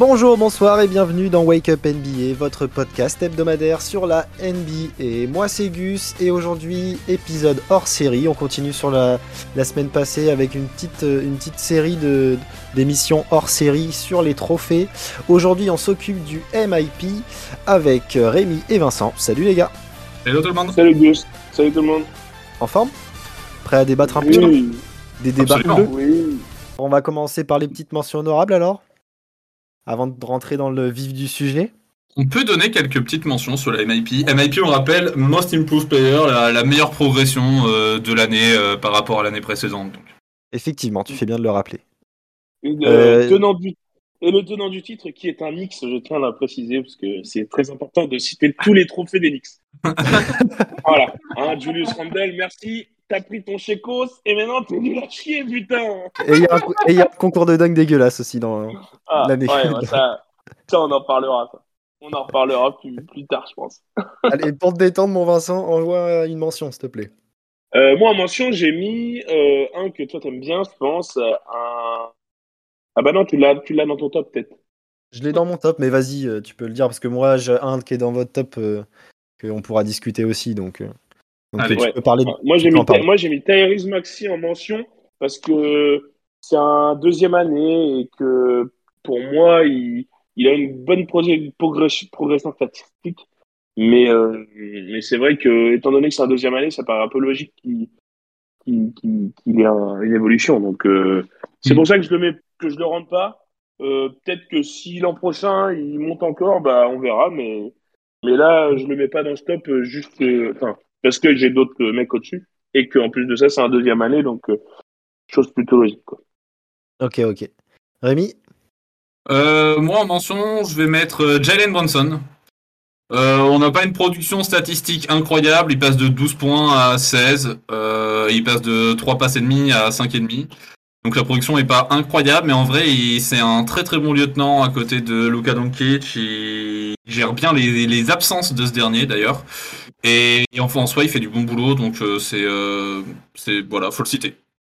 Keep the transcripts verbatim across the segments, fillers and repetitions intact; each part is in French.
Bonjour, bonsoir et bienvenue dans Wake Up N B A, votre podcast hebdomadaire sur la N B A. Moi c'est Gus et aujourd'hui épisode hors série. On continue sur la, la semaine passée avec une petite, une petite série de, d'émissions hors série sur les trophées. Aujourd'hui on s'occupe du M I P avec Rémi et Vincent. Salut les gars. Salut tout le monde. Salut Gus. Salut tout le monde. En forme? Prêt à débattre un oui. peu? Des débats Absolument. Oui. On va commencer par les petites mentions honorables alors, avant de rentrer dans le vif du sujet. On peut donner quelques petites mentions sur la M I P. M I P, on rappelle, Most Improved Player, la, la meilleure progression euh, de l'année euh, par rapport à l'année précédente. Donc. Effectivement, tu fais bien de le rappeler. Et le, Euh, tenant du... Et le tenant du titre qui est un Knicks, je tiens à le préciser, parce que c'est très important de citer tous les trophées des Knicks. Voilà. Hein, Julius Randle, merci. T'as pris ton chécos et maintenant t'es nul à chier, putain. Et il y, y a un concours de dunk dégueulasse aussi dans Ah, l'année. ouais, bah, ça, ça, on en parlera. Ça. On en reparlera plus, plus tard, je pense. Allez, pour te détendre, mon Vincent, envoie une mention, s'il te plaît. Euh, moi, en mention, j'ai mis euh, un que toi t'aimes bien, je pense. Euh, un... Ah bah non, tu l'as, tu l'as dans ton top, peut-être. Je l'ai dans mon top, mais vas-y, euh, tu peux le dire, parce que moi, j'ai un qui est dans votre top, euh, qu'on pourra discuter aussi, donc, euh, donc Allez. tu Ouais. peux parler. De, moi, tu j'ai peux mis, en parler. moi, j'ai mis Tyrese Maxey en mention parce que c'est un deuxième année et que pour moi, il, il a une bonne proje- progression, progression statistique. Mais, euh, mais c'est vrai que, étant donné que c'est un deuxième année, ça paraît un peu logique qu'il, qu'il, qu'il, qu'il ait un- une évolution. Donc, euh, c'est Mm. pour ça que je le mets, que je le rentre pas. Euh, peut-être que si l'an prochain il monte encore, bah, on verra. Mais, mais là, je le mets pas dans ce top euh, juste, euh, enfin, parce que j'ai d'autres euh, mecs au-dessus et qu'en plus de ça, c'est un deuxième année, donc euh, chose plutôt logique, quoi. Ok, ok. Rémi? Euh, moi, en mention, je vais mettre euh, Jalen Brunson. Euh, on n'a pas une production statistique incroyable. Il passe de douze points à seize. Euh, il passe de trois passes et demi à cinq et demi. Donc la production n'est pas incroyable, mais en vrai, il, c'est un très très bon lieutenant à côté de Luka Doncic. Il gère bien les, les absences de ce dernier d'ailleurs. Et, et enfin en soi, il fait du bon boulot, donc euh, c'est, euh, c'est voilà, faut le citer.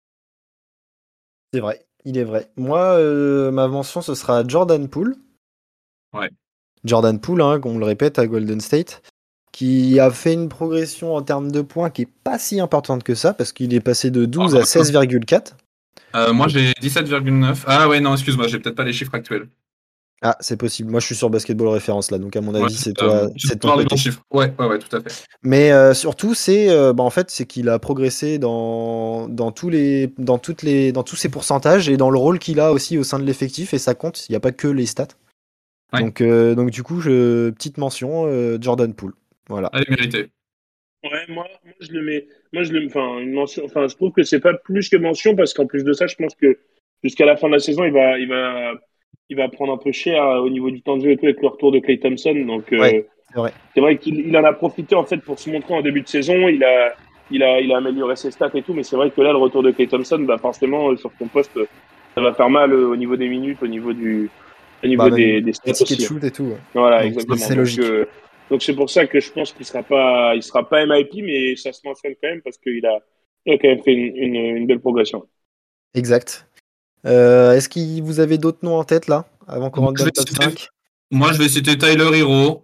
C'est vrai, il est vrai. Moi, euh, ma mention, ce sera Jordan Poole. Ouais. Jordan Poole, hein, on le répète, à Golden State, qui a fait une progression en termes de points qui est pas si importante que ça, parce qu'il est passé de douze Ah, à seize virgule quatre. Euh, moi j'ai dix-sept virgule neuf. Ah ouais, non, excuse-moi, j'ai peut-être pas les chiffres actuels. Ah, c'est possible. Moi, je suis sur Basketball Référence là, donc à mon avis, Ouais, c'est euh, toi, je c'est vais de ton voir les côté. bons chiffres. Ouais, ouais, ouais, tout à fait. Mais euh, surtout, c'est, euh, bah, en fait, c'est qu'il a progressé dans, dans tous les, dans toutes les, dans tous ses pourcentages et dans le rôle qu'il a aussi au sein de l'effectif, et ça compte. Il n'y a pas que les stats. Ouais. Donc, euh, donc du coup, je, petite mention, euh, Jordan Poole. Voilà. Allez, mérité. Ouais, moi, moi je le mets, moi je le, enfin une mention, enfin je trouve que c'est pas plus que mention parce qu'en plus de ça, je pense que jusqu'à la fin de la saison, il va, il va, il va prendre un peu cher euh, au niveau du temps de jeu et tout avec le retour de Klay Thompson. Donc Ouais, euh, c'est vrai. c'est vrai qu'il il en a profité en fait pour se montrer en début de saison. Il a, il a, il a amélioré ses stats et tout, mais c'est vrai que là, le retour de Klay Thompson, bah forcément euh, sur ton poste, euh, ça va faire mal euh, au niveau des minutes, au niveau du, au niveau Bah, même des, des les stats tickets de aussi. shoot et tout. Ouais. Voilà, Donc, exactement. c'est Donc, logique. euh, donc c'est pour ça que je pense qu'il sera pas, il sera pas M I P, mais ça se mentionne quand même parce qu'il a, il a quand même fait une, une, une belle progression. Exact. Euh, est-ce que vous avez d'autres noms en tête là, avant qu'on Moi rentre je, dans vais le top citer, cinq? moi, je vais citer Tyler Hero.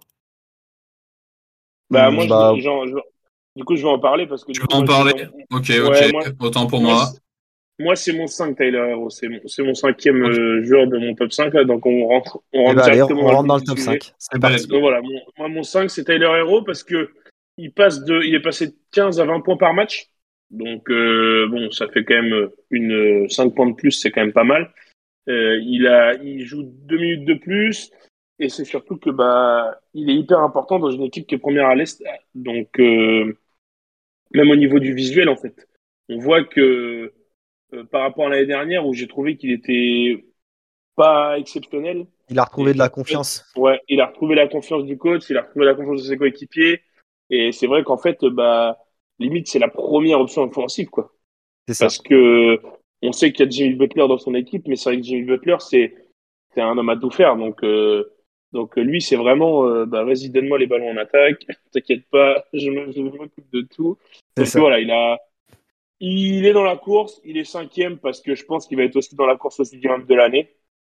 Bah, Hmm, moi, je, bah, vais- genre, je- du coup, je vais en parler parce que Tu du coup, veux en moi, je l'ai parler? dans, Ok, ouais, ok. moi, Autant pour moi, moi. c'est- moi, c'est mon cinq, Tyler Hero. C'est mon, c'est mon cinquième Ok. euh, joueur de mon top cinq, là. Donc, on rentre, on eh rentre ben allez, on directement dans le rentre vif dans le du top sujet. cinq. C'est Eh ben, let's parti. go. Donc, voilà, mon, moi, mon cinq, c'est Tyler Hero parce que il passe de, il est passé de quinze à vingt points par match. Donc, euh, bon, ça fait quand même une, euh, cinq points de plus, c'est quand même pas mal. Euh, il a, il joue deux minutes de plus. Et c'est surtout que, bah, il est hyper important dans une équipe qui est première à l'Est. Donc, euh, même au niveau du visuel, en fait. On voit que, euh, par rapport à l'année dernière où j'ai trouvé qu'il était pas exceptionnel, Il a retrouvé et de ben, la en fait, confiance. ouais, il a retrouvé la confiance du coach, il a retrouvé la confiance de ses coéquipiers. Et c'est vrai qu'en fait, bah, limite, c'est la première option offensive, quoi. C'est ça. Parce que on sait qu'il y a Jimmy Butler dans son équipe, mais c'est vrai que Jimmy Butler, c'est, c'est un homme à tout faire. Donc, euh, donc lui, c'est vraiment, euh, bah, vas-y, donne-moi les ballons en attaque. T'inquiète pas, je me- je m'occupe de tout. C'est Donc ça. voilà, il a, il est dans la course, il est cinquième parce que je pense qu'il va être aussi dans la course aussi du homme de l'année.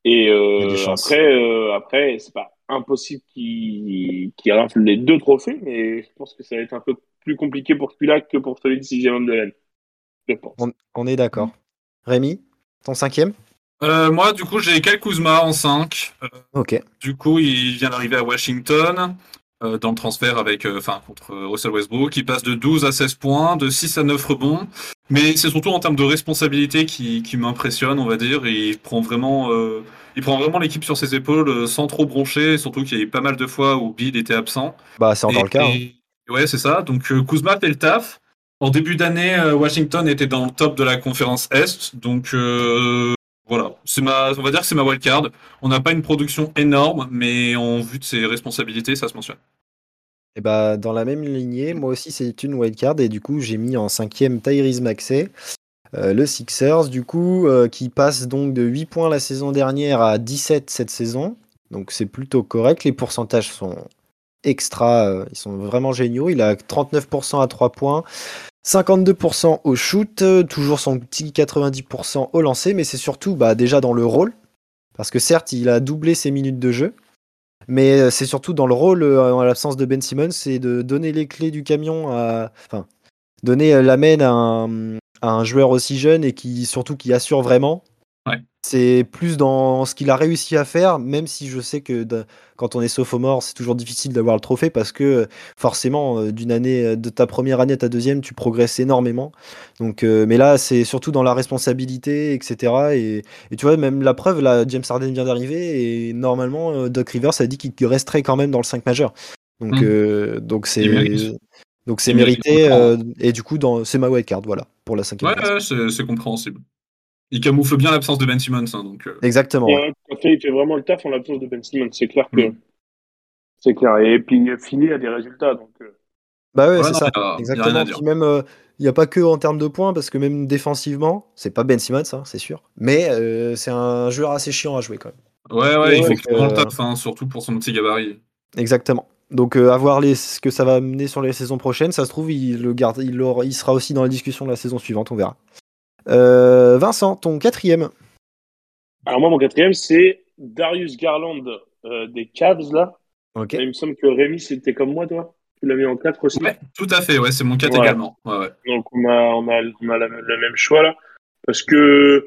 Et Il y a des euh, chances. après, euh, après, c'est pas impossible qu'il qu'il rafle les deux trophées, mais je pense que ça va être un peu plus compliqué pour celui-là que pour celui de sixième homme de l'année. Je pense. On, on est d'accord. Rémi, ton cinquième? Euh, moi, du coup, j'ai Kyle Kuzma en cinq. Euh, Ok. du coup, il vient d'arriver à Washington euh, dans le transfert avec, euh, enfin, contre euh, Russell Westbrook. Il passe de douze à seize points, de six à neuf rebonds. Mais c'est surtout en termes de responsabilité qui, qui m'impressionne, on va dire. Il prend vraiment, euh, il prend vraiment l'équipe sur ses épaules euh, sans trop broncher. Surtout qu'il y a eu pas mal de fois où Bill était absent. Bah, c'est encore Et, le cas. Hein. et- ouais, c'est ça. Donc euh, Kuzma fait le taf. En début d'année, euh, Washington était dans le top de la conférence Est. Donc euh, voilà, c'est ma, on va dire que c'est ma wildcard. On n'a pas une production énorme, mais en vue de ses responsabilités, ça se mentionne. Et bah, dans la même lignée, moi aussi, c'est une wildcard. Et du coup, j'ai mis en cinquième Tyrese Maxey, euh, le Sixers, du coup, euh, qui passe donc de huit points la saison dernière à dix-sept cette saison. Donc, c'est plutôt correct. Les pourcentages sont extra, euh, ils sont vraiment géniaux. Il a trente-neuf pour cent à trois points, cinquante-deux pour cent au shoot, euh, toujours son petit quatre-vingt-dix pour cent au lancer, mais c'est surtout bah, déjà dans le rôle. Parce que certes, il a doublé ses minutes de jeu. Mais euh, c'est surtout dans le rôle, euh, en l'absence de Ben Simmons, c'est de donner les clés du camion à. Enfin, donner euh, la main à un, à un joueur aussi jeune et qui surtout qui assure vraiment. Ouais. C'est plus dans ce qu'il a réussi à faire, même si je sais que de- quand on est sophomore, c'est toujours difficile d'avoir le trophée parce que euh, forcément, euh, d'une année, euh, de ta première année à ta deuxième, tu progresses énormément. Donc, euh, mais là, c'est surtout dans la responsabilité, et cetera. Et, et tu vois, même la preuve, là, James Harden vient d'arriver et normalement, euh, Doc Rivers a dit qu'il resterait quand même dans le cinq majeur. Donc, Mmh. euh, donc Il mérite. c'est donc c'est Il mérite mérité. complètement. euh, et du coup, dans, c'est ma wildcard, voilà, pour la cinquième Ouais, place. ouais, c'est, c'est compréhensible. Il camoufle bien l'absence de Ben Simmons, hein, donc. euh, Exactement, ouais. Ouais, tout à fait, il fait vraiment le taf en l'absence de Ben Simmons. C'est clair que hmm. c'est clair. Et puis Philly a des résultats, donc. euh, Bah ouais, Ouais, c'est non, ça, il y a, y a rien à exactement. dire. Puis même, euh, il n'y a pas que en termes de points, parce que même défensivement, c'est pas Ben Simmons, hein, c'est sûr. Mais euh, c'est un joueur assez chiant à jouer quand même. Ouais, ouais, Ouais, il ouais, fait Donc, clairement le euh, taf, hein, surtout pour son petit gabarit. exactement. Donc, euh, à voir les, ce que ça va mener sur les saisons prochaines. Ça se trouve, il, le garde, il, l'aura- il sera aussi dans la discussion de la saison suivante, on verra. Euh, Vincent, ton quatrième. Alors moi, mon quatrième, c'est Darius Garland euh, des Cavs, là. Ok. Il me semble que Rémi, c'était comme moi, toi. Tu l'as mis en quatre aussi. Ouais, tout à fait, ouais, c'est mon cas Voilà. également. Ouais, ouais. Donc on a, on a, on a la- le même choix, là. Parce que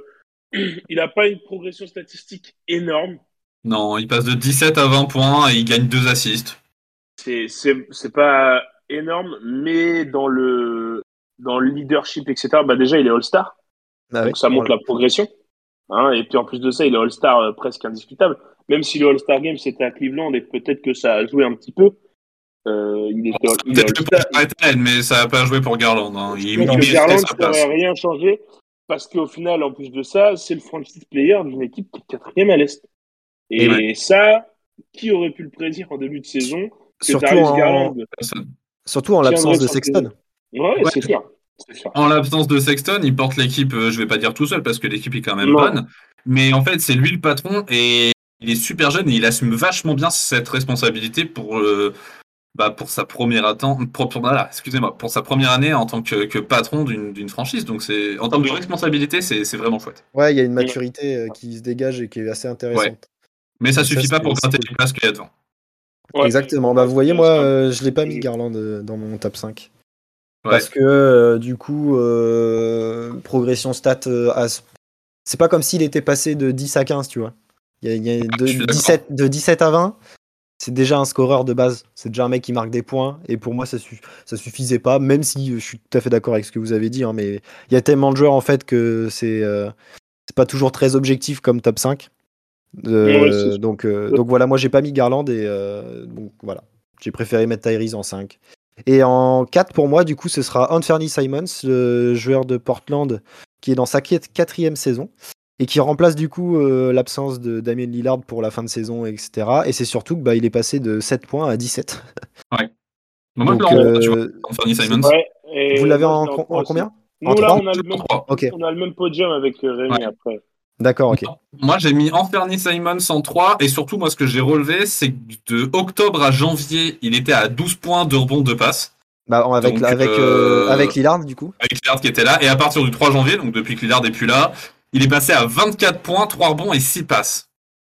il n'a pas une progression statistique énorme. Non, il passe de dix-sept à vingt points et il gagne deux assists. C'est, c'est, c'est pas énorme, mais dans le, dans le leadership, et cetera, bah déjà, il est All-Star. Ah oui. Donc ça montre la progression. Hein, et puis en plus de ça, il est All-Star euh, presque indiscutable. Même si le All-Star Game c'était à Cleveland et peut-être que ça a joué un petit peu, euh, il était Ça a il est peut-être joué pour All-Star. Jared Allen, mais ça n'a pas joué pour Garland. Hein. Je Il, pense il que méritait Garland, sa ça n'aurait place. rien changé parce qu'au final, en plus de ça, c'est le franchise player d'une équipe qui est quatrième à l'Est. Et oui. Ouais, Et ça, qui aurait pu le prédire en début de saison que Surtout Darius Garland en, personne. surtout en tiendrait l'absence de sur ses... Sexton. Ouais, Ouais, c'est sûr. C'est sûr. en l'absence de Sexton, il porte l'équipe, euh, je vais pas dire tout seul parce que l'équipe est quand même Non. bonne, mais en fait, c'est lui le patron et il est super jeune et il assume vachement bien cette responsabilité pour, euh, bah, pour sa première atten- pour, pour- voilà, excusez-moi, pour sa première année en tant que, que patron d'une d'une franchise. Donc c'est en termes de responsabilité, c'est c'est vraiment chouette. Ouais, il y a une Ouais. maturité euh, qui se dégage et qui est assez Ouais. intéressante. Mais ça Et ça, suffit pas c'est pour c'est gratter cool. les places qu'il y a devant. Ouais. Exactement. Bah, vous voyez, moi, euh, je l'ai pas mis Garland euh, dans mon top cinq. Ouais. Parce que, euh, du coup, euh, progression stat, euh, à ce- c'est pas comme s'il était passé de dix à quinze, tu vois. Il y a, il y a de, je suis d'accord. dix-sept, de dix-sept à vingt, c'est déjà un scoreur de base. C'est déjà un mec qui marque des points. Et pour moi, ça, su- ça suffisait pas, même si je suis tout à fait d'accord avec ce que vous avez dit. Hein, mais il y a tellement de joueurs, en fait, que c'est euh, c'est pas toujours très objectif comme top cinq. Euh, Ouais, c'est sûr. donc, euh, donc voilà, moi, j'ai pas mis Garland et euh, donc voilà. J'ai préféré mettre Tyrese en cinq. Et en quatre, pour moi, du coup, ce sera Anthony Simons, le joueur de Portland, qui est dans sa quat- quatrième saison, et qui remplace du coup euh, l'absence de Damien Lillard pour la fin de saison, et cetera. Et c'est surtout que bah, il est passé de sept points à dix-sept. Ouais. Bon, moi, je Donc, le renvoie, tu vois, euh, Anthony c'est- Simons. Ouais, et vous l'avez moi je en, l'ai en en trois aussi. combien? En Nous là, trois? on a le Deux pour même, trois. Ok, on a le même podium avec euh, Rémi Ouais. après. d'accord, ok. Moi, j'ai mis Anthony Simons en trois, et surtout, moi, ce que j'ai relevé, c'est que de octobre à janvier, il était à douze points de rebond de passe. Bah, avec, Donc, avec, euh, euh, avec Lillard, du coup. avec Lillard qui était là, et à partir du trois janvier, donc depuis que Lillard n'est plus là, il est passé à vingt-quatre points, trois rebonds et six passes.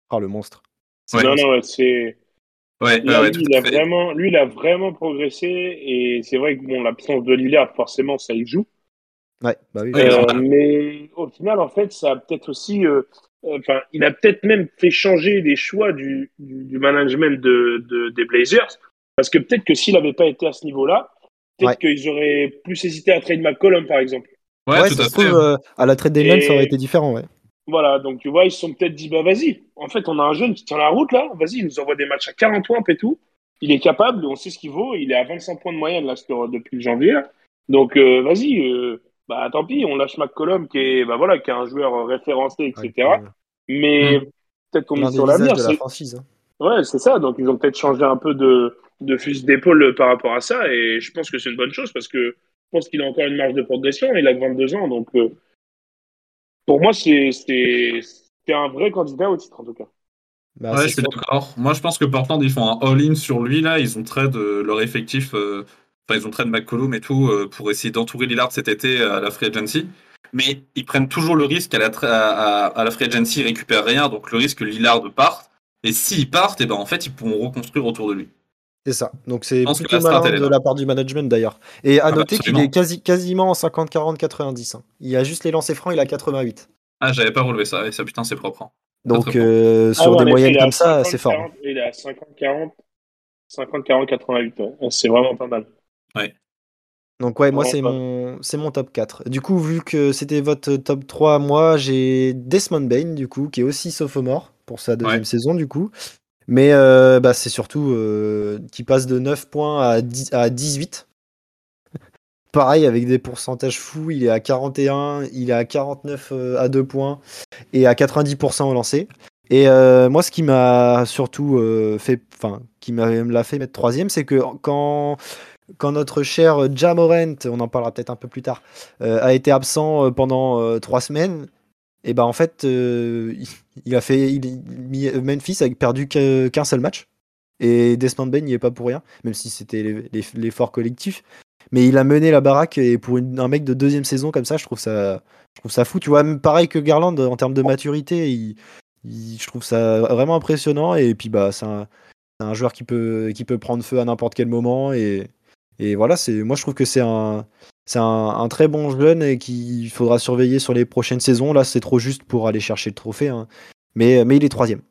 Oh, le monstre. Ouais. Non, non, ouais, c'est. Ouais, Là, ouais, ouais, lui, tout il à a fait. vraiment, lui, il a vraiment progressé. Et c'est vrai que bon, l'absence de Lillard, forcément, ça y joue. Ouais, bah oui, Oui, forcément. Euh, normal. mais au final, en fait, ça a peut-être aussi. euh, Enfin, il a peut-être même fait changer les choix du, du, du management de, de- des Blazers. Parce que peut-être que s'il n'avait pas été à ce niveau-là, Ouais. peut-être qu'ils auraient plus hésité à trade McCollum, par exemple. Ouais, Ouais, tout ça à se fait. trouve, euh, à la trade deadline, ça aurait été Et différent, ouais. voilà, donc tu vois, ils se sont peut-être dit, bah vas-y, en fait, on a un jeune qui tient la route là, vas-y, il nous envoie des matchs à quarante points et tout. Il est capable, on sait ce qu'il vaut, il est à vingt-cinq points de moyenne là sur, depuis le janvier. Là. Donc euh, vas-y, euh, bah tant pis, on lâche McCollum qui est, bah, voilà, qui est un joueur référencé, Ouais, et cetera. euh, Mais Hmm. peut-être on l'un mise des sur visages l'avenir. de la C'est... franchise, hein. Ouais, c'est ça, donc ils ont peut-être changé un peu de, de fusil d'épaule par rapport à ça, et je pense que c'est une bonne chose parce que je pense qu'il a encore une marge de progression, il a que vingt-deux ans, donc euh, pour moi, c'est, c'est, c'est un vrai candidat au titre en tout cas. Bah, Ouais, c'est je suis sûr. d'accord. Moi, je pense que Portland, ils font un all-in sur lui, là. Ils ont trade euh, leur effectif. euh, Enfin, ils ont trade McCollum et tout euh, pour essayer d'entourer Lillard cet été à la free agency. Mais ils prennent toujours le risque à la, tra- à, à- à la free agency, ils récupèrent rien. Donc, le risque que Lillard parte. Et s'ils partent, et ben, en fait, ils pourront reconstruire autour de lui. C'est ça. Donc Je c'est pense que plutôt la strat, malin elle est de là. la part du management d'ailleurs. Et à Ah, bah, noter qu'il est absolument. quasi, quasiment en cinquante quarante quatre-vingt-dix, hein. Il y a juste les lancers francs, il a quatre-vingt-huit. Ah, j'avais pas relevé ça. Et ça, putain, c'est propre. Hein. Très, très Donc propre. euh, Ah sur ouais, des en effet, moyennes il est comme à ça, cinquante c'est fort, hein. quarante, il est à cinquante quarante, cinquante quarante quatre-vingt-huit. Ouais. C'est vraiment pas mal. Ouais. Donc ouais, moi Vraiment c'est pas mal. mon c'est mon top quatre. Du coup, vu que c'était votre top trois, moi j'ai Desmond Bane du coup, qui est aussi sophomore pour sa Ouais. deuxième saison du coup. Mais euh, bah, c'est surtout euh, qui passe de neuf points à, dix à dix-huit. Pareil, avec des pourcentages fous, il est à quarante et un, il est à quarante-neuf euh, à deux points et à quatre-vingt-dix pour cent au lancer. Et euh, moi, ce qui m'a surtout euh, fait, enfin, qui m'a me l'a fait mettre troisième, c'est que quand, quand notre cher Ja Morant, on en parlera peut-être un peu plus tard, euh, a été absent euh, pendant euh, trois semaines, et ben en fait, euh, il, il a fait, il, il- Memphis a perdu que- qu'un seul match. Et Desmond Bane n'y est pas pour rien, même si c'était les- les- l'effort collectif. Mais il a mené la baraque et pour une- un mec de deuxième saison comme ça, je trouve ça, je trouve ça fou. Tu vois, même pareil que Garland en termes de maturité, il- il- je trouve ça vraiment impressionnant. Et puis bah, c'est un, c'est un joueur qui peut, qui peut prendre feu à n'importe quel moment. Et, et voilà, c'est, moi je trouve que c'est un, c'est un, un très bon jeune et qu'il faudra surveiller sur les prochaines saisons. Là, c'est trop juste pour aller chercher le trophée, hein. Mais, mais il est troisième.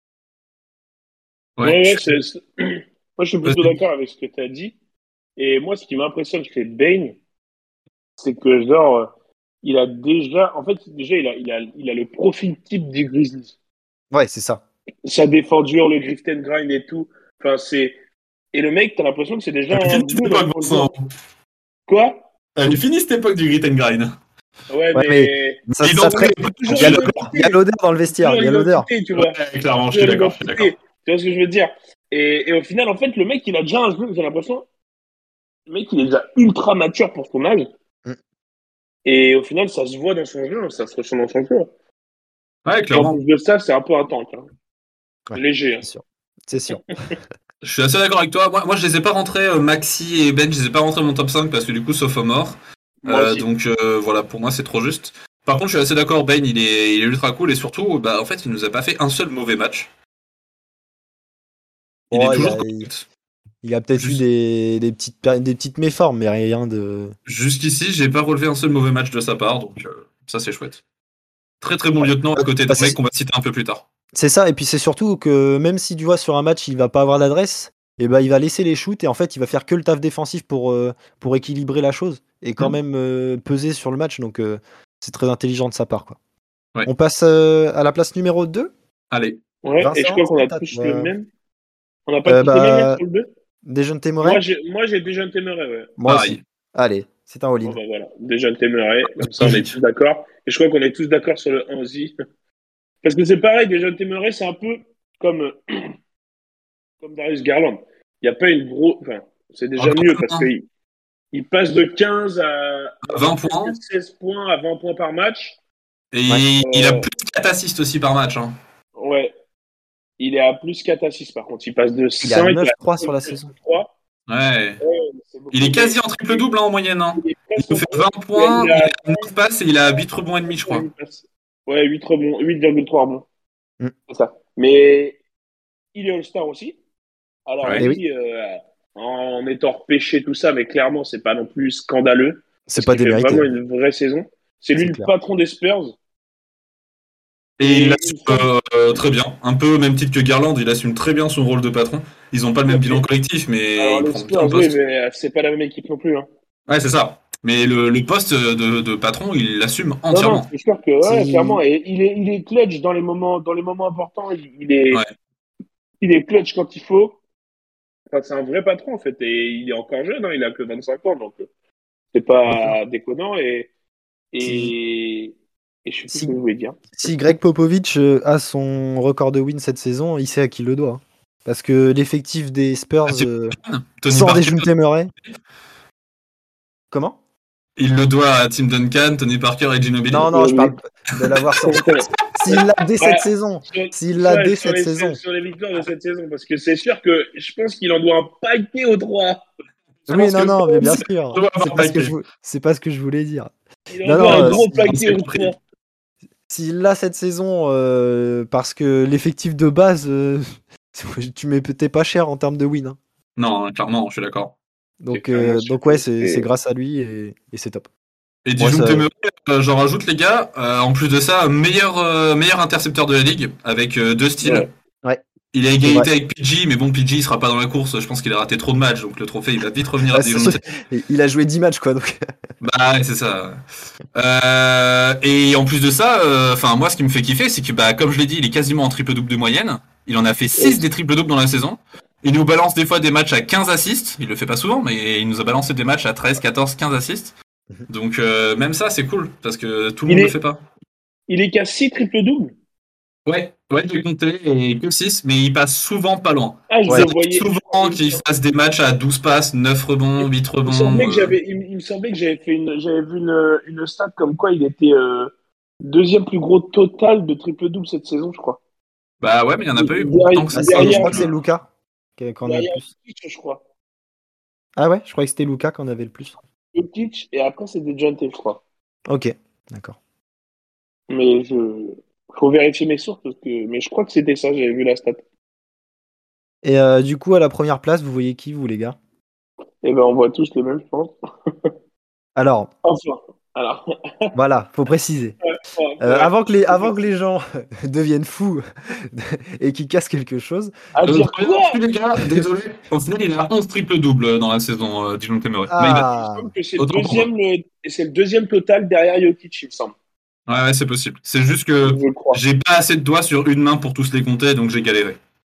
Ouais. Ouais, Je ouais, suis... c'est, c'est- moi je suis plutôt Vas-y. d'accord avec ce que tu as dit. Et moi, ce qui m'impressionne chez Bane, c'est que genre, euh, il a déjà, en fait, déjà, il a, il a, il a le profil type du Grizzlies. Ouais, c'est ça. Sa défense dure, le grift and grind et tout. Enfin, c'est, et le mec, t'as l'impression que c'est déjà Elle est un finie cette good en époque, bon Vincent. joueur. Quoi? Elle est finie cette époque du grit and grind. Ouais, Ouais, mais mais ça, ça L'identité ferait. est c'est Il toujours y a partagée. l'odeur il y a l'identité. l'odeur dans le C'est vestiaire, toujours il y a l'odeur. l'identité, tu vois. Ouais, clairement, je suis Toujours d'accord, je suis d'accord. l'identité. Tu vois ce que je veux dire? Et, et au final, en fait, le mec, il a déjà un jeu, j'ai l'impression. Le mec, il est déjà ultra mature pour son âge. Mm. Et au final, ça se voit dans son jeu, ça se ressent dans son jeu. Ouais, Et en clairement. plus de ça, c'est un peu un tank. Hein. Ouais, Léger. Hein. c'est sûr. C'est sûr. Je suis assez d'accord avec toi. Moi, moi je les ai pas rentrés, euh, Maxi et Ben, je les ai pas rentrés dans mon top cinq parce que du coup, sophomore. Moi Euh, aussi. donc euh, voilà, pour moi, c'est trop juste. Par contre, je suis assez d'accord, Ben, il est, il est ultra cool et surtout, bah, en fait, il nous a pas fait un seul mauvais match. Il est Bon, il toujours a, il, correct. il a peut-être eu Jus- des, des petites, péri- des petites méformes, mais rien de. Jusqu'ici, j'ai pas relevé un seul mauvais match de sa part, donc euh, ça, c'est chouette. Très très bon lieutenant à Bah, côté bah, d'un mec c'est qu'on va citer un peu plus tard. c'est ça, et puis c'est surtout que même si tu vois sur un match, il va pas avoir d'adresse, et ben il va laisser les shoots et en fait, il va faire que le taf défensif pour, euh, pour équilibrer la chose et quand Hmm. même euh, peser sur le match. Donc euh, c'est très intelligent de sa part, quoi. Ouais. On passe euh, à la place numéro deux. Allez. Ouais, et je Vincent, crois qu'on a c'est à tous le toi. même. On n'a pas Euh, tous le même là bah, sur le deux. Dejounte Moi, Murray. j'ai, moi, j'ai déjà Temeray, ouais. Moi aussi. Pareil. Allez, c'est un all-in. Bon, bah voilà. Déjà Temeray. Comme ça, on est Logique. tous d'accord. Et je crois qu'on est tous d'accord sur le un aussi. Parce que c'est pareil, déjà Temeray, c'est un peu comme, comme Darius Garland. Il n'y a pas une grosse. Enfin, c'est Oh, déjà quand mieux même, parce hein. qu'il il passe de quinze à, à vingt presque points. seize points à vingt points par match. Ouais. Et il a Euh, plus de quatre assists aussi par match. Hein. ouais. Il est à plus quatre à six par contre. Il passe de Il a cinq à neuf trois sur la saison. trois. Ouais. Ouais, c'est Il beaucoup, est mais quasi en triple-double hein, en moyenne. Hein. il est Il presque nous en fait gros. vingt Il a, points, il il a a neuf passes et il a huit rebonds et demi, je crois. Ouais, huit rebonds, huit virgule trois rebonds. Mm. C'est ça. Mais il est All-Star aussi. Alors Ouais. Eh oui. oui, euh, en étant repêché, tout ça, mais clairement, c'est pas non plus scandaleux. C'est Parce pas qu'il fait démérité, vraiment une vraie saison. C'est lui c'est le clair. patron des Spurs. Et il Et il l'assume me semble euh, euh, très bien. Un peu au même titre que Garland, il assume très bien son rôle de patron. Ils ont pas le tout même à bilan fait. collectif, mais Alors il les prend bien le Spurs, oui, poste. mais euh, c'est pas la même équipe non plus. Hein. Ouais, c'est ça. Mais le, le poste de, de patron, il l'assume Non, non, entièrement. c'est sûr que ouais, clairement, Si, et il est, il est clutch dans les moments, dans les moments importants. Il, il est, Ouais. il est clutch quand il faut. Enfin, c'est un vrai patron en fait, et il est encore jeune. Hein, il a que vingt-cinq ans, donc euh, c'est d'accord. pas déconnant. Et Si, et et je sais plus ce que si, je voulais dire. si Greg Popovich euh, a son record de win cette saison, il sait à qui le doit, hein. Parce que l'effectif des Spurs, Ah, Tim euh, Duncan, Tony sans Parker, Dejounte Murray. Comment? il le doit à Tim Duncan, Tony Parker et Ginobili. Non, non, je Oui. parle de l'avoir sur. S'il l'a dès cette Ah, saison, sur, s'il l'a sur, dès sur cette les, saison. sur les victoires de cette saison, parce que c'est sûr que je pense qu'il en doit un paquet aux trois. Je Oui, pense non, que non, mais bien il sûr. doit C'est avoir pas ce que paquet. je, vou- c'est pas ce que je voulais dire. Il en Non, doit non, un euh, gros si- paquet C'est aux compris. trois. s'il l'a cette saison, euh, parce que l'effectif de base, euh, tu mets t'es pas cher en termes de win, hein. Non, clairement, je suis d'accord. C'est Donc, clairement euh, sûr. donc ouais, c'est c'est Et- grâce à lui et, et c'est top. Et Moi, Dijon ça, Temeray, euh, j'en rajoute les gars. Euh, en plus de ça, meilleur, euh, meilleur intercepteur de la ligue avec euh, deux styles. Ouais. ouais, Il a c'est vrai. égalité avec P G, mais bon, P G il sera pas dans la course. Je pense qu'il a raté trop de matchs, donc le trophée il va vite revenir à Bah, c'est- Dijon. il a joué dix matchs, quoi. Donc, Bah ouais, c'est ça. Euh, et en plus de ça, euh, enfin moi ce qui me fait kiffer, c'est que bah comme je l'ai dit, il est quasiment en triple double de moyenne. Il en a fait six des triple doubles dans la saison. Il nous balance des fois des matchs à quinze assists. Il le fait pas souvent, mais il nous a balancé des matchs à treize, quatorze, quinze assists. Donc euh, même ça c'est cool parce que tout le Il monde le est, fait pas. il est qu'à six triple-double. Ouais, ouais, j'ai compté et que six, mais il passe souvent pas loin. Ah, je ouais. le Ça arrive voyais. souvent Il me, qu'il sem- fasse des matchs à douze passes, neuf rebonds, huit il me semblait rebonds. que euh. j'avais, il, me il me semblait que j'avais fait une, j'avais vu une, une stat comme quoi il était euh, deuxième plus gros total de triple-double cette saison, je crois. Bah ouais, mais il y en a pas eu Derrière, tant que Ah, ça. c'est- je derrière, crois que c'est Luca qui qui en a le derrière plus. Jokic, je crois. Ah ouais, je croyais que c'était Luca qui en avait le plus. Jokic, et après c'était John T, je crois. Ok, d'accord. Mais je, faut vérifier mes sources parce que, mais je crois que c'était ça, j'avais vu la stat. Et euh, du coup, à la première place, vous voyez qui, vous, les gars? Et ben, on voit tous les mêmes, je pense. Alors, Enfin, alors, voilà, faut préciser. ouais, ouais, Euh, ouais. avant que les, avant que les gens deviennent fous et qu'ils cassent quelque chose. À Euh, dire première quoi? actu, les gars, désolé. Au final, il a onze triple-double dans la saison, euh, Dijon Temeray. Mais il a- Il me Ah, semble que c'est le autant pour moi. deuxième, le- c'est le deuxième total derrière Jokic, il me semble. Ouais, ouais, c'est possible. C'est juste que Je le crois. j'ai pas assez de doigts sur une main pour tous les compter, donc j'ai galéré.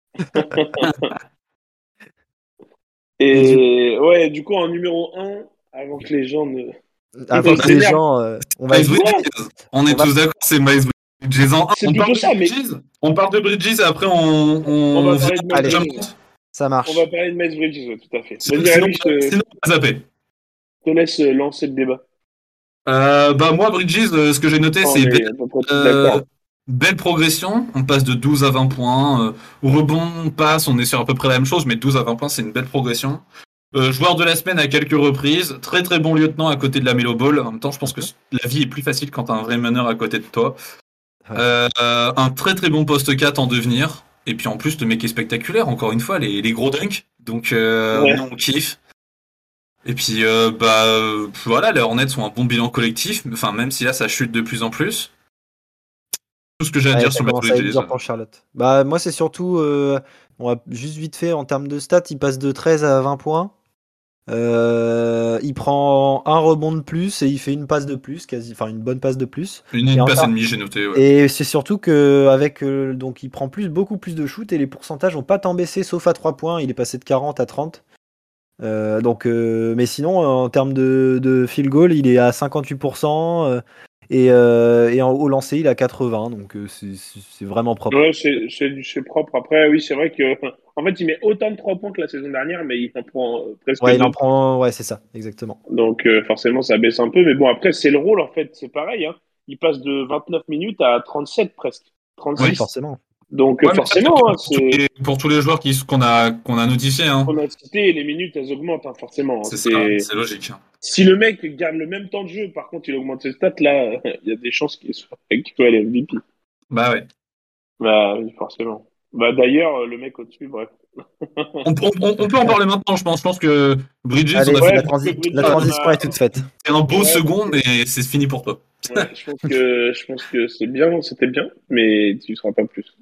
et du, Et ouais, du coup, en numéro un, avant que les gens ne, avant ne que les s'énervent, gens, euh, on va Miles juste. Bridges. On est On va, tous d'accord, c'est Miles Bridges en un. c'est On parle plutôt de ça, mais Bridges, on parle de Bridges et après on, on on va vient parler de à Miles Allez. Bridges. Jamont. ça On marche. va parler de Miles Bridges, ouais, tout à fait. Sinon, Vas-y, sinon, Rémi, je te, sinon, on va zapper. te laisse lancer le débat. Euh, bah moi, Bridges, euh, ce que j'ai noté, On c'est est à peu près tous Euh, d'accord. belle progression, on passe de douze à vingt points. Euh, au rebond, on passe, on est sur à peu près la même chose, mais douze à vingt points, c'est une belle progression. Euh, joueur de la semaine à quelques reprises, très très bon lieutenant à côté de la Melo Ball. En même temps, je pense que la vie est plus facile quand t'as un vrai meneur à côté de toi. Ouais. Euh, un très très bon poste quatre en devenir. Et puis en plus, le mec est spectaculaire, encore une fois, les, les gros dunks. Donc, euh, Ouais. non, on kiffe. Et puis, euh, bah, euh, voilà, les Hornets ont un bon bilan collectif, enfin, même si là, ça chute de plus en plus. Tout ce que j'ai à Ouais, dire ça sur Miles commence à être Bridges. dur pour Charlotte. Bah, moi, c'est surtout. Euh, on va juste vite fait en termes de stats, il passe de treize à vingt points. Euh, il prend un rebond de plus et il fait une passe de plus, quasi, enfin une bonne passe de plus. Une, Et, une passe et encore- demie, j'ai noté. Ouais. et c'est surtout que avec euh, donc il prend plus, beaucoup plus de shoot et les pourcentages ont pas tant baissé, sauf à trois points. Il est passé de quarante à trente. Euh, donc, euh, mais sinon, en termes de, de field goal, il est à cinquante-huit pour cent euh, et, euh, et en, au lancer, il est à quatre-vingts. Donc, euh, c'est c'est- c'est vraiment propre. Ouais, c'est, c'est, c'est propre. Après, oui, c'est vrai que, en fait, il met autant de trois points que la saison dernière, mais il en prend euh, presque Ouais, il en deux. prend. Ouais, c'est ça, exactement. Donc, euh, forcément, ça baisse un peu. Mais bon, après, c'est le rôle, en fait. C'est pareil, hein. Il passe de vingt-neuf minutes à trente-sept presque. Oui, Oui. trente-six. forcément. Donc, euh, Ouais, mais ça, c'est forcément, hein, pour, tous c'est, les, pour tous les joueurs qui, qu'on a, qu'on a notifiés. Hein. on a cité, les minutes, elles augmentent, hein, forcément. C'est ça, C'est, c'est logique. si le mec garde le même temps de jeu, par contre, il augmente ses stats, là, il y a des chances qu'il soit, qu'il soit à l'M V P. Bah ouais. Bah, oui, forcément. Bah d'ailleurs, le mec au-dessus, bref. On, on- on- on peut en parler maintenant, je pense. Je pense que Bridges, Allez, on a Ouais, fait la, je pense que transi- Bridges, la on transition a. est toute faite. un beau Ouais, second, mais c'est fini pour toi. ouais, je pense que je pense que c'est bien, c'était bien, mais tu ne seras pas plus.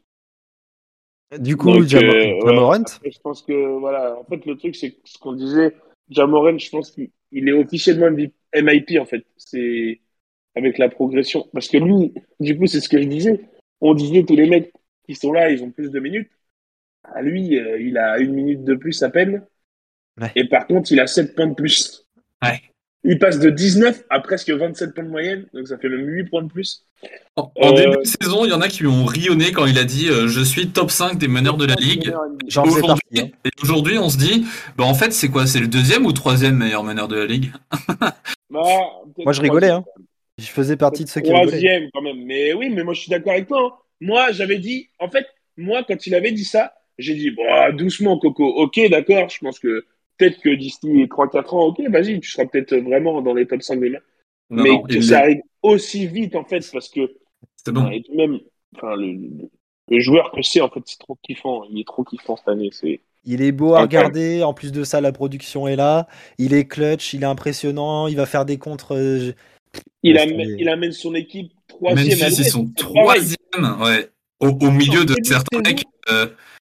Du coup, Donc, Jam- euh, ouais. Jamorant, Après, je pense que, voilà. En fait, le truc, c'est que ce qu'on disait, Jamoran, je pense qu'il il est officiellement M V P M I P, en fait. C'est avec la progression. Parce que lui, du coup, c'est ce que je disais. On disait tous les mecs qui sont là, ils ont plus de minutes. À lui, euh, il a une minute de plus à peine. ouais. Et par contre, il a sept points de plus. Ouais. Il passe de dix-neuf à presque vingt-sept points de moyenne. Donc, ça fait même huit points de plus. En, en Euh, début de saison, il y en a qui lui ont rionné quand il a dit euh, je suis top cinq des meneurs de la ligue. J'en faisais Aujourd'hui, partie. Hein. et aujourd'hui, on se dit, bah en fait, c'est quoi? C'est le deuxième ou troisième meilleur meneur de la ligue? Bah, Moi, je rigolais. Hein. Je faisais partie de ceux qui rigolaient. Troisième quand même. Mais oui, mais moi je suis d'accord avec toi. Hein. Moi, j'avais dit, en fait, moi, quand il avait dit ça, j'ai dit, bah, doucement, Coco. Ok, d'accord. Je pense que peut-être que d'ici trois quatre ans, ok, vas-y, tu seras peut-être vraiment dans les top cinq des mecs. Non, Mais non, que il ça l'est. arrive aussi vite, en fait, parce que, C'est enfin, bon. et puis même, enfin, le, le- le joueur que c'est, en fait, c'est trop kiffant. Il est trop kiffant cette année. C'est Il est beau à incroyable. regarder. En plus de ça, la production est là. Il est clutch. Il est impressionnant. Il va faire des contres. euh, Il, laisse am- tomber. il amène son équipe troisième à Memphis, ils l'ouest. sont C'est pareil. troisième, ouais. Au, au En milieu de début de certains saison, mecs, euh,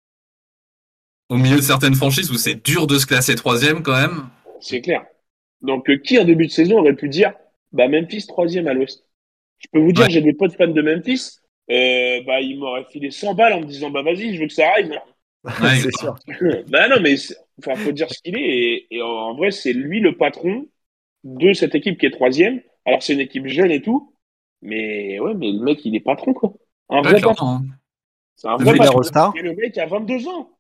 au milieu de certaines franchises où c'est dur de se classer troisième quand même. c'est clair. Donc, euh, qui en début de saison aurait pu dire, bah, Memphis troisième à l'Ouest. Je peux vous dire, Ouais, j'ai des potes fans de Memphis, euh, bah, ils m'auraient filé cent balles en me disant, bah, vas-y, je veux que ça arrive. ouais, C'est sûr. Bah, non, mais, c'est- enfin, faut dire ce qu'il est. Et, et en vrai, c'est lui le patron de cette équipe qui est troisième. Alors, c'est une équipe jeune et tout. Mais, ouais, mais le mec, il est patron, quoi. Un ouais, vrai patron. clairement. Hein. C'est un vrai Le mec, Titulaire patron. All-Star. Et le mec a vingt-deux ans.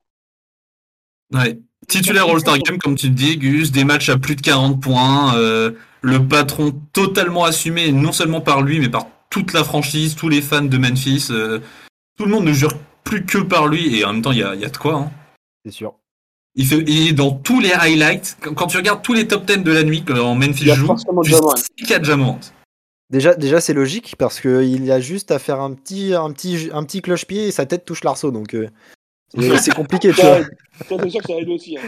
ouais. Titulaire All-Star Game, comme tu dis, Gus, des matchs à plus de quarante points, euh, le patron totalement assumé, non seulement par lui, mais par toute la franchise, tous les fans de Memphis. euh, tout le monde ne jure plus que par lui, et en même temps, il y a, il y a de quoi. Hein. C'est sûr. Il, fait, il est dans tous les highlights. Quand, quand tu regardes tous les top dix de la nuit, quand Memphis Il y a joue, forcément tu Jamoran. sais qu'il y a Jamorant. Déjà, déjà c'est logique parce qu'il a juste à faire un petit, un petit, un petit cloche-pied et sa tête touche l'arceau. Donc, euh, c'est c'est compliqué, tu vois. Ça aide. Ça, c'est sûr que ça aide aussi. Hein.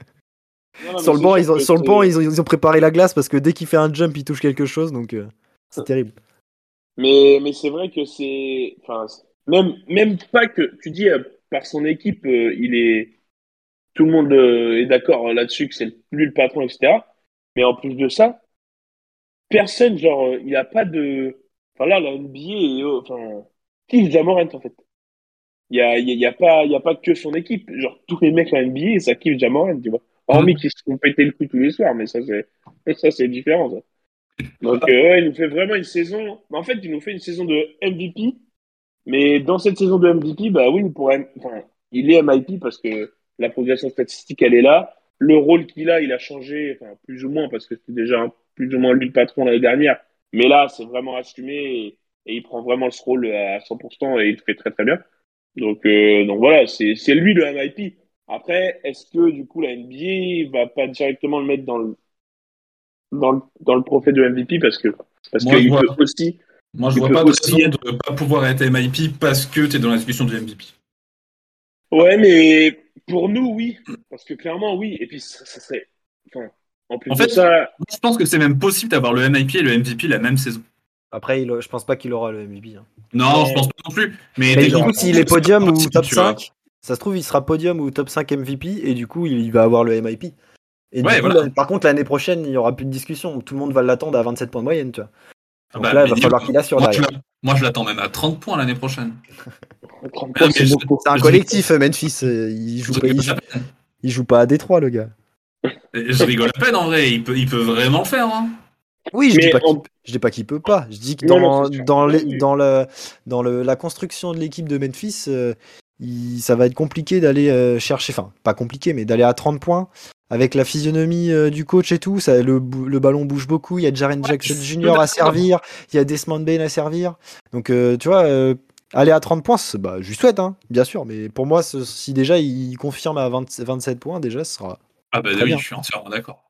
Non, non, Sur mais le c'est banc, sûr ils ont, que sur le c'est- banc ils, ont, ils ont préparé la glace parce que dès qu'il fait un jump, il touche quelque chose. Donc, euh, c'est terrible. Mais, mais c'est vrai que c'est. Enfin, c'est- même, même pas que. Tu dis, euh, par son équipe, euh, il est. Tout le monde euh, est d'accord là-dessus que c'est lui le patron, et cetera. Mais en plus de ça, personne, genre, euh, il n'y a pas de. Enfin, là, la N B A, est, euh, enfin, kiffe Jamorant, en fait. Il y a, il y a, il y a pas, il y a pas que son équipe. Genre, tous les mecs en N B A, ça kiffe Jamorant, tu vois. Hormis Mm. qu'ils se font péter le cul tous les soirs, mais ça, c'est, ça, c'est différent, ça. Donc, euh, ouais, il nous fait vraiment une saison. En fait, il nous fait une saison de M V P. Mais dans cette saison de M V P, bah oui, il pourrait, enfin, il est M I P parce que la progression statistique, elle est là. Le rôle qu'il a, il a changé, enfin, plus ou moins, parce que c'était déjà un- plus ou moins lui le patron l'année dernière. Mais là, c'est vraiment assumé et, et il prend vraiment ce rôle à cent pour cent et il le fait très très bien. Donc, euh, donc voilà, c'est, c'est lui le M I P. Après, est-ce que du coup la N B A va pas directement le mettre dans le, dans le, dans le trophée de M V P parce que, parce Moi, je qu'il vois, peut aussi, moi, je il vois peut pas de aussi raison être. de pas pouvoir être M I P parce que tu es dans la discussion du M V P. Ouais, mais pour nous, oui. Parce que clairement, oui. Et puis, ça, ça serait. Enfin, en plus En de fait, ça, moi, je pense que c'est même possible d'avoir le M I P et le M V P la même saison. Après, il, je pense pas qu'il aura le M V P. Hein. Non, Ouais. je pense pas non plus. Mais, Mais il du aura coup, pas. s'il est podium ou possible, top tu vois. cinq, ça se trouve, il sera podium ou top cinq M V P et du coup, il, il va avoir le M I P. Et Ouais, du coup, voilà. là, par contre, l'année prochaine, il y aura plus de discussion. Tout le monde va l'attendre à vingt-sept points de moyenne, tu vois. Ah Donc bah, là, il mais va falloir qu'il assure moi, je derrière. l'a- moi, je l'attends même à trente points l'année prochaine. trente Ah, points, mais c'est je- beaucoup. C'est un je collectif, Memphis. euh, Il joue Je pas, il rigole joue, à peine. il joue pas à Détroit, le gars. Je rigole à peine en vrai. Il peut, il peut vraiment le faire. Hein. Oui, je dis Mais pas qu'il, en... je dis pas qu'il peut pas. Je dis que Non, non, c'est dans, sûr. dans, Oui, les- oui. dans, le, dans le, la construction de l'équipe de Memphis, euh, il- ça va être compliqué d'aller euh, chercher, enfin, pas compliqué, mais d'aller à trente points avec la physionomie euh, du coach et tout. Ça, le, bou- le ballon bouge beaucoup. Il y a Jaren Jackson je suis Junior à d'accord. servir. Il y a Desmond Bain à servir. Donc, euh, tu vois, euh, aller à trente points, c'est- bah, je lui souhaite, hein, bien sûr. Mais pour moi, ce- si déjà il confirme à vingt vingt-sept points, déjà, ce sera Ah bah très oui, bien. je suis entièrement d'accord.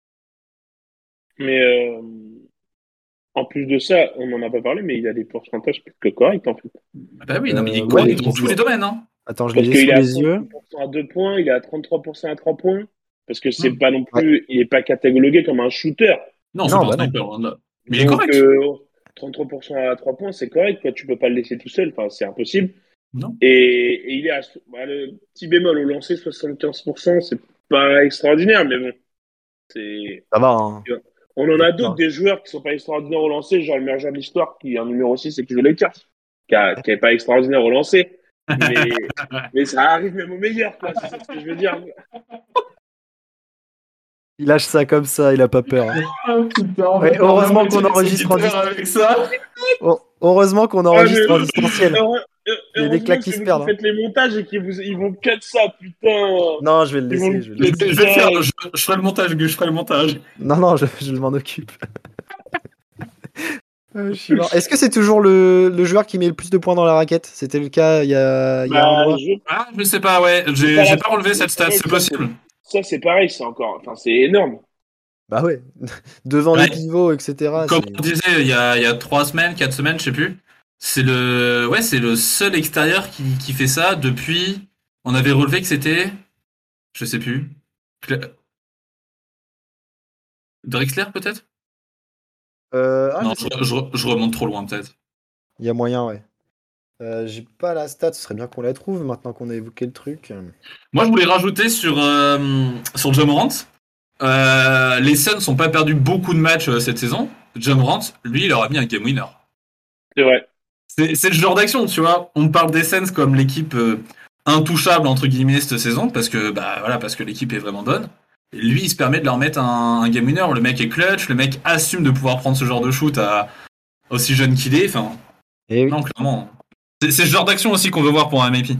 mais euh, en plus de ça, on n'en a pas parlé, mais il a des pourcentages plus que corrects, en fait. Ah bah oui, non mais il est Euh, Dans ouais, correct les dans trois il- tous les jours. domaines. Hein. Attends, je Parce l'ai qu'il sous est à les yeux. trente pour cent à deux points, il est à trente-trois pour cent à trois points. Parce que c'est Hmm. pas non plus, il est pas catalogué comme un shooter. Non, c'est Non, pas un bah non. sniper, loin de là. Mais il est Donc, correct. euh, trente-trois pour cent à trois points, c'est correct, quoi. Tu peux pas le laisser tout seul. Enfin, c'est impossible. Non. Et, et il est à, bah, le petit bémol au lancer, soixante-quinze pour cent, c'est pas extraordinaire, mais bon. C'est, Ça va, hein. on en Ça a va. d'autres, des joueurs qui sont pas extraordinaires au lancer, genre le meilleur joueur de l'histoire, qui est en numéro six et qui joue les Lakers, qui, a, qui est pas extraordinaire au lancer. Mais, mais ça arrive même aux meilleurs, quoi. C'est ça ce que je veux dire. Il lâche ça comme ça, il a pas peur. hein. Ah, putain, Ouais, heureusement qu'on enregistre en auditeurs avec ça. Oh, heureusement qu'on Ah, enregistre mais- en distanciel. Heure- Il y a des Heureusement claques que qui c'est se vous perdent, qui faites les montages et qui vous, ils vont cut ça, putain. Non, je vais le Ils vont laisser. le Je vais le Je cut. laisser. vais le faire, je, je ferai le montage, Gus, je ferai le montage. Non, non, je, je m'en occupe. Euh, je suis mort. Est-ce que c'est toujours le, le joueur qui met le plus de points dans la raquette? C'était le cas il y a, il y a un Bah, mois. je- Ah, je sais pas, ouais, j'ai pas j'ai la pas relevé stat, cette stat, mais c'est ça, possible. Ça, c'est pareil, c'est encore. Enfin, c'est énorme. Bah ouais. Devant Ouais. les pivots, et cetera. Comme c'est- on disait il y a, il y a trois semaines, quatre semaines, je sais plus. C'est le, ouais, c'est le seul extérieur qui, qui fait ça depuis. On avait relevé que c'était, je sais plus. Cla- Drexler peut-être. Euh, ah, Non, je sais je, je, je remonte trop loin peut-être. Il y a moyen, ouais. Euh, j'ai pas la stat, ce serait bien qu'on la trouve maintenant qu'on a évoqué le truc. Moi, je voulais rajouter sur euh, sur Ja Morant. Euh, les Suns n'ont pas perdu beaucoup de matchs euh, cette saison. Ja Morant, lui, il leur a mis un game winner. C'est vrai. C'est, c'est le genre d'action, tu vois. On parle des Suns comme l'équipe euh, intouchable entre guillemets cette saison parce que bah voilà parce que l'équipe est vraiment bonne. Et lui, il se permet de leur mettre un, un game winner. Le mec est clutch, le mec assume de pouvoir prendre ce genre de shoot à aussi jeune qu'il est. Enfin, Et oui. non, clairement. C'est, c'est ce genre d'action aussi qu'on veut voir pour un M V P.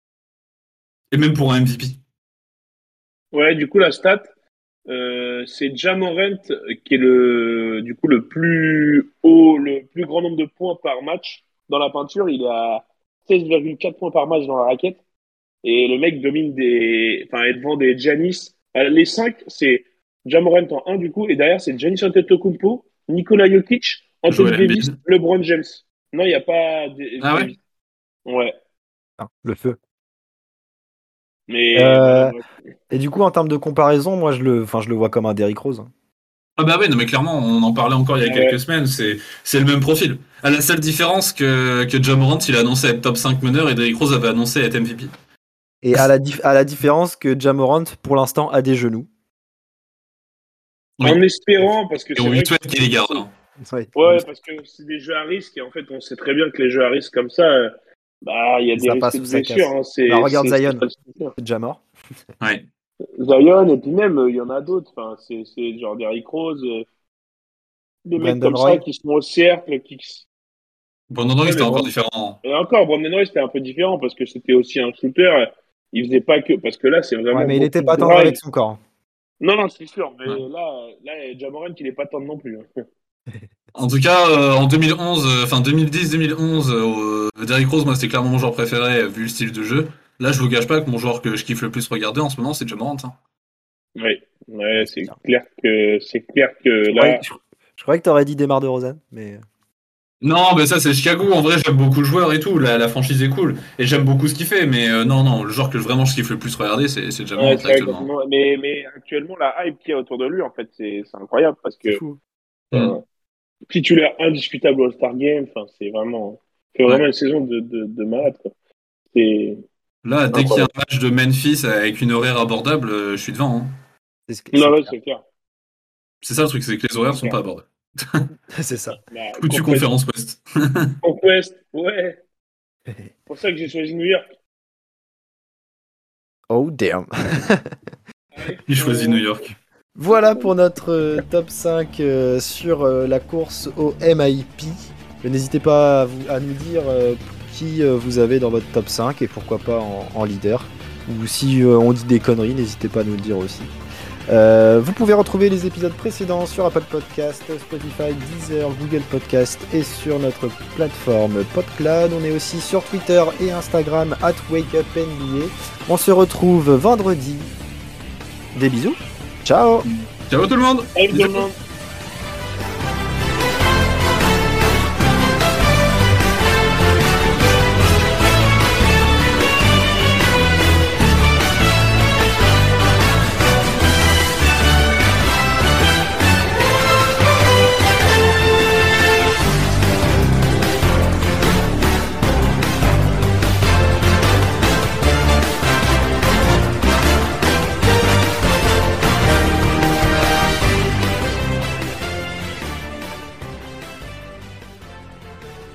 Et même pour un M V P. Ouais, du coup, la stat, euh, c'est Ja Morant qui est le, du coup, le plus haut, le plus grand nombre de points par match dans la peinture. Il est à seize virgule quatre points par match dans la raquette. Et le mec domine des, enfin, est devant des Giannis. Euh, Les cinq, c'est Ja Morant en un, du coup, et derrière, c'est Giannis Antetokounmpo, Nikola Jokic, Anthony Joel Davis, Embiid. LeBron James. Non, il n'y a pas D- Ah ouais Davis. Ouais. Ah, le feu. Mais, Euh, bah, Et du coup, en termes de comparaison, moi, je le, enfin, je le vois comme un Derrick Rose. hein. Ah bah ouais, non mais clairement, on en parlait encore il y a Ouais. quelques semaines, c'est, c'est le même profil. À la seule différence que, que Ja Morant, il a annoncé être top cinq meneur et Derrick Rose avait annoncé être M V P. Et à la, dif- à la différence que Ja Morant, pour l'instant, a des genoux. Oui. en espérant, parce que Et c'est on vrai lui que souhaite qu'il les garde. hein. Ouais. ouais, parce que c'est des jeux à risque, et en fait, on sait très bien que les jeux à risque comme ça, euh, bah, il y a Et des ça risques passe de ou ça blessures. casse. Hein, c'est, Bah, regarde c'est- Zion. c'est pas le souci. C'est déjà mort. Ouais. Zion, et puis même, euh, il y en a d'autres. Enfin, c'est, c'est genre Derrick Rose, euh, des mecs Brandon comme Roy. ça qui sont au cercle, qui. Bon, non, non, Ouais, c'était mais encore bon. différent. Et encore, Brandon Roy, c'était un peu différent parce que c'était aussi un shooter. Il faisait pas que. Parce que là, c'est vraiment. Ouais, mais il beaucoup était de pas tendre drive. avec son corps. Non, non, c'est sûr. Mais Ouais. là, là, Ja Morant, il est pas tendre non plus. hein. En tout cas, euh, en deux mille onze, euh, enfin deux mille dix deux mille onze, euh, Derrick Rose, moi, c'était clairement mon joueur préféré euh, vu le style de jeu. Là, je vous gâche pas que mon joueur que je kiffe le plus regarder en ce moment, c'est Ja Morant. hein. Oui, ouais, c'est bien. clair que c'est clair que Je là. croyais, je, je croyais que t'aurais dit Demar DeRozan, mais Non, mais ça, c'est Chicago. En vrai, j'aime beaucoup le joueur et tout. La, la franchise est cool. Et j'aime beaucoup ce qu'il fait. Mais euh, non, non, le joueur que vraiment je kiffe le plus regarder, c'est, c'est Ja Morant Ouais, c'est vrai, actuellement. exactement. mais, mais actuellement, la hype qu'il y a autour de lui, en fait, c'est c'est incroyable parce c'est que fou. euh, titulaire indiscutable au All-Star Game, enfin, c'est vraiment, c'est vraiment Ouais. une saison de, de, de malade. Quoi. C'est Là, dès qu'il y a incroyable. un match de Memphis avec une horaire abordable, euh, je suis devant. hein. C'est ce que- Non, c'est ouais, clair. c'est clair. C'est ça le truc, c'est que les horaires C'est sont clair. pas abordables. C'est ça. La Foutu Conquest, conférence Ouest. Conquest, ouais. C'est pour ça que j'ai choisi New York. Oh damn. Allez, Il choisit on- New York. Voilà pour notre euh, top cinq euh, sur euh, la course au M I P. Euh, N'hésitez pas à, vous- à nous dire euh, qui euh, vous avez dans votre top cinq et pourquoi pas en, en leader. Ou si euh, on dit des conneries, n'hésitez pas à nous le dire aussi. Euh, vous pouvez retrouver les épisodes précédents sur Apple Podcast, Spotify, Deezer, Google Podcast et sur notre plateforme PodCloud. On est aussi sur Twitter et Instagram at WakeUpNBA. On se retrouve vendredi. Des bisous. Ciao. Ciao tout le monde. Salut tout le monde.